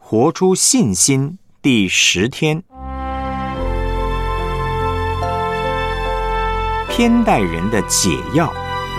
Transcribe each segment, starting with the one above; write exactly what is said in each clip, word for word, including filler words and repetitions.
活出信心第十天，偏待人的解药。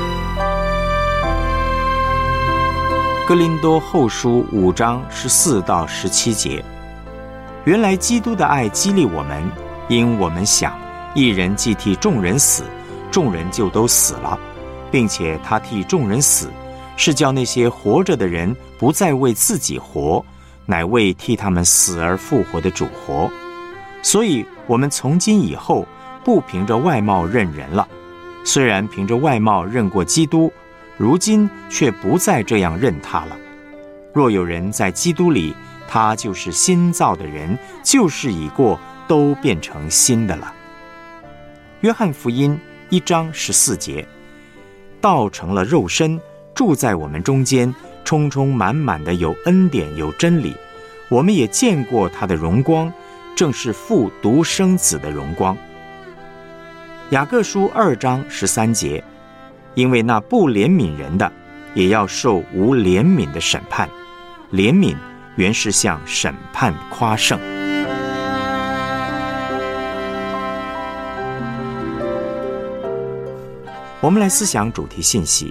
哥林多后书五章十四到十七节，原来基督的爱激励我们，因我们想，一人既替众人死，众人就都死了，并且他替众人死，是叫那些活着的人不再为自己活，乃为替他们死而复活的主活。所以我们从今以后不凭着外貌认人了，虽然凭着外貌认过基督，如今却不再这样认他了。若有人在基督里，他就是新造的人，旧事已过，都变成新的了。约翰福音一章十四节，道成了肉身，住在我们中间，充充满满的有恩典有真理。我们也见过他的荣光，正是父独生子的荣光。雅各书二章十三节，因为那不怜悯人的，也要受无怜悯的审判。怜悯原是向审判夸胜。我们来思想主题信息。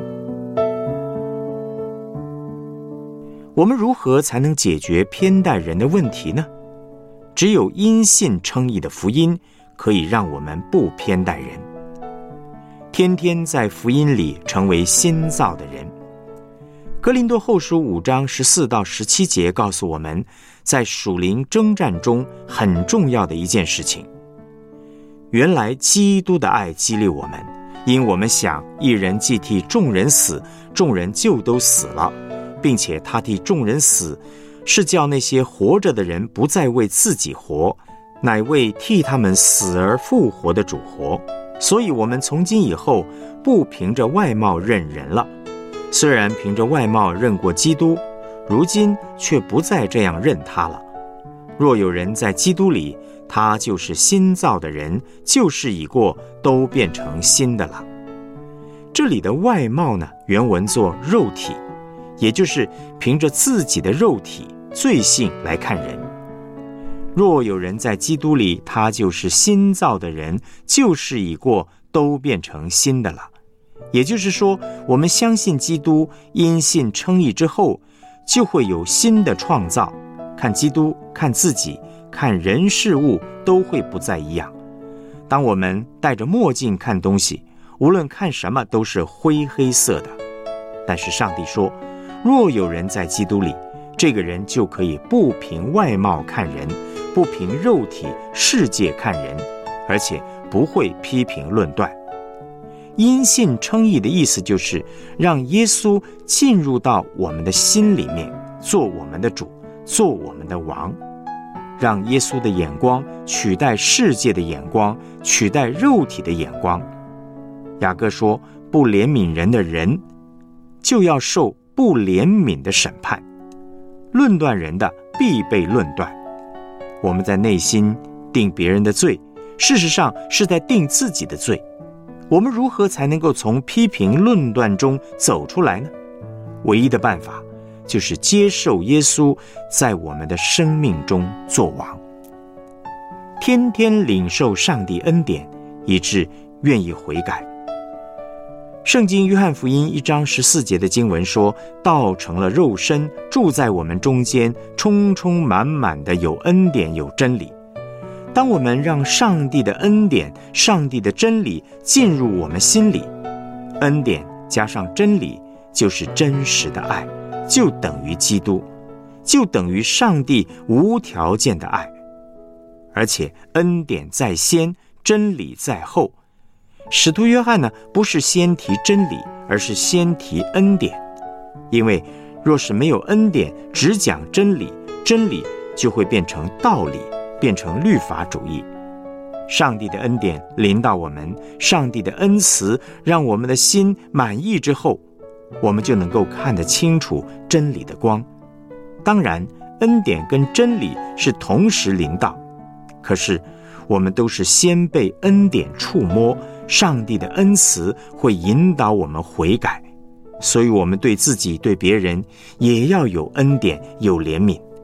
我们如何才能解决偏待人的问题呢？只有因信称义的福音可以让我们不偏待人，天天在福音里成为新造的人。哥林多后书五章十四到十七节告诉我们，在属灵征战中很重要的一件事情。原来基督的爱激励我们，因我们想，一人既替众人死，众人就都死了，并且他替众人死，是叫那些活着的人不再为自己活，乃为替他们死而复活的主活。所以我们从今以后不凭着外貌认人了，虽然凭着外貌认过基督，如今却不再这样认他了。若有人在基督里，他就是新造的人，旧事已过，都变成新的了。这里的外貌呢，原文作肉体，也就是凭着自己的肉体罪性来看人。若有人在基督里，他就是新造的人，旧事已过，都变成新的了。也就是说，我们相信基督，因信称义之后，就会有新的创造，看基督，看自己，看人事物都会不再一样。当我们戴着墨镜看东西，无论看什么都是灰黑色的。但是上帝说，若有人在基督里，这个人就可以不凭外貌看人，不凭肉体世界看人，而且不会批评论断。因信称义的意思就是让耶稣进入到我们的心里面，做我们的主，做我们的王，让耶稣的眼光取代世界的眼光，取代肉体的眼光。雅各说，不怜悯人的人就要受不怜悯的审判，论断人的必被论断。我们在内心定别人的罪，事实上是在定自己的罪。我们如何才能够从批评论断中走出来呢？唯一的办法就是接受耶稣在我们的生命中作王，天天领受上帝恩典，以致愿意悔改。圣经约翰福音一章十四节的经文说，道成了肉身，住在我们中间，充充满满的有恩典有真理。当我们让上帝的恩典、上帝的真理进入我们心里，恩典加上真理就是真实的爱，就等于基督，就等于上帝无条件的爱。而且恩典在先，真理在后。使徒约翰呢，不是先提真理，而是先提恩典。因为若是没有恩典，只讲真理，真理就会变成道理，变成律法主义。上帝的恩典临到我们，上帝的恩慈让我们的心满意之后，我们就能够看得清楚真理的光。当然，恩典跟真理是同时临到，可是我们都是先被恩典触摸，上帝的恩慈会引导我们悔改，所以我们对自己对别人也要有恩典有怜悯。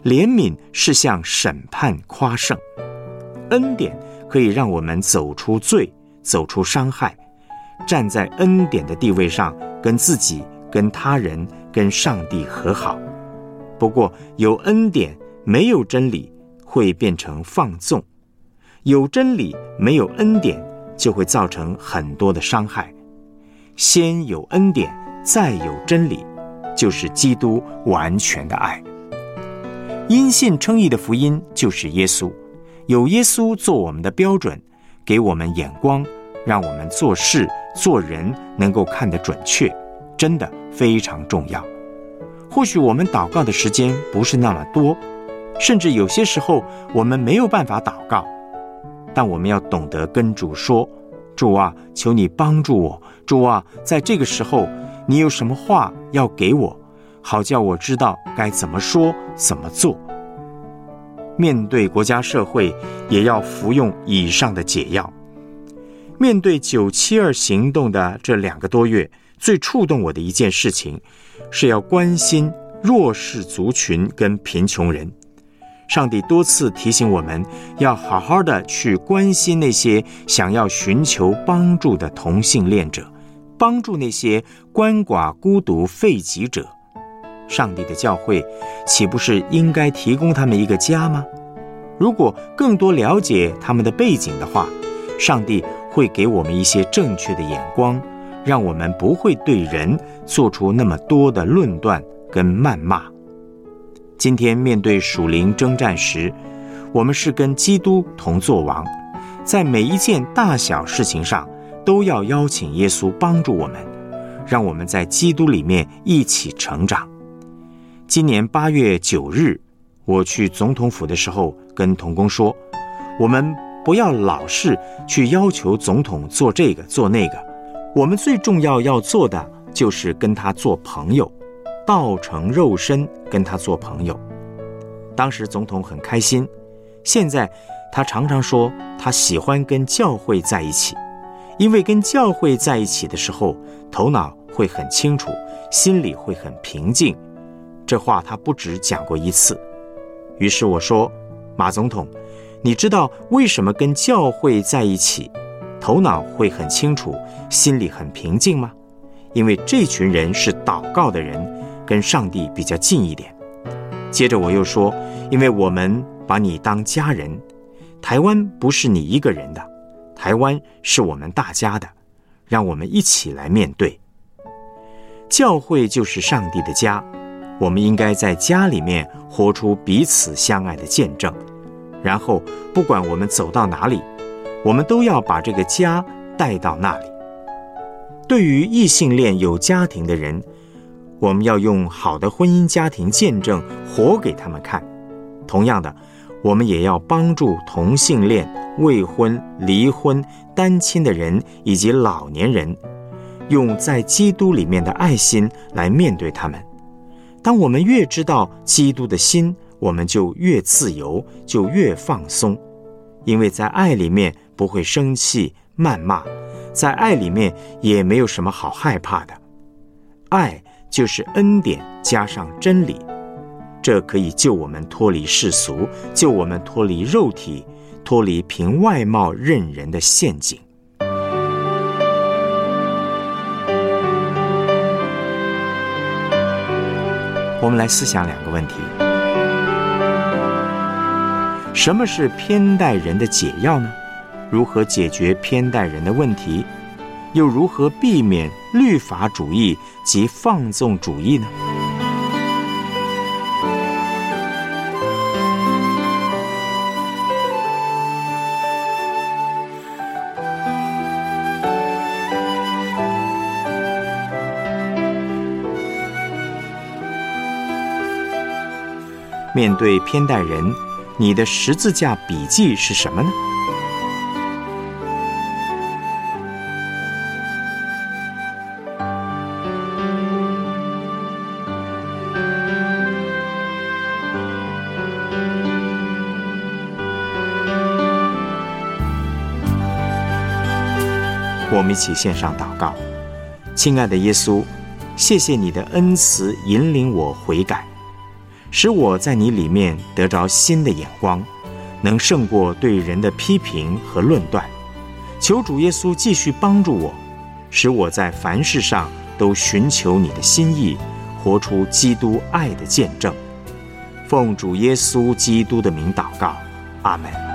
怜悯是向审判夸胜，恩典可以让我们走出罪，走出伤害，站在恩典的地位上，跟自己、跟他人、跟上帝和好。不过有恩典没有真理会变成放纵，有真理没有恩典就会造成很多的伤害。先有恩典，再有真理，就是基督完全的爱。因信称义的福音就是耶稣，有耶稣做我们的标准，给我们眼光，让我们做事做人能够看得准确，真的非常重要。或许我们祷告的时间不是那么多，甚至有些时候我们没有办法祷告，但我们要懂得跟主说，主啊，求你帮助我，主啊，在这个时候你有什么话要给我，好叫我知道该怎么说怎么做。面对国家社会也要服用以上的解药。面对九七二行动的这两个多月，最触动我的一件事情是要关心弱势族群跟贫穷人。上帝多次提醒我们要好好的去关心那些想要寻求帮助的同性恋者，帮助那些鳏寡孤独废疾者。上帝的教会岂不是应该提供他们一个家吗？如果更多了解他们的背景的话，上帝会给我们一些正确的眼光，让我们不会对人做出那么多的论断跟谩骂。今天面对属灵征战时，我们是跟基督同作王，在每一件大小事情上都要邀请耶稣帮助我们，让我们在基督里面一起成长。今年八月九日，我去总统府的时候，跟同工说，我们不要老是去要求总统做这个做那个，我们最重要要做的就是跟他做朋友，道成肉身跟他做朋友。当时总统很开心，现在他常常说他喜欢跟教会在一起，因为跟教会在一起的时候，头脑会很清楚，心里会很平静。这话他不止讲过一次。于是我说，马总统，你知道为什么跟教会在一起，头脑会很清楚，心里很平静吗？因为这群人是祷告的人，跟上帝比较近一点。接着我又说，因为我们把你当家人，台湾不是你一个人的，台湾是我们大家的，让我们一起来面对。教会就是上帝的家，我们应该在家里面活出彼此相爱的见证，然后不管我们走到哪里，我们都要把这个家带到那里。对于异性恋有家庭的人，我们要用好的婚姻家庭见证活给他们看。同样的，我们也要帮助同性恋、未婚、离婚、单亲的人以及老年人，用在基督里面的爱心来面对他们。当我们越知道基督的心，我们就越自由，就越放松。因为在爱里面不会生气、谩骂，在爱里面也没有什么好害怕的。爱就是恩典加上真理，这可以救我们脱离世俗，救我们脱离肉体，脱离凭外貌认人的陷阱。我们来思想两个问题：什么是偏待人的解药呢？如何解决偏待人的问题？又如何避免律法主义及放纵主义呢？面对偏待人，你的十字架笔记是什么呢？我们一起献上祷告。亲爱的耶稣，谢谢你的恩慈引领我悔改， 使我在你里面得着新的眼光，能胜过对人的批评和论断。求主耶稣继续帮助我，使我在凡事上都寻求你的心意，活出基督爱的见证。奉主耶稣基督的名祷告，阿们。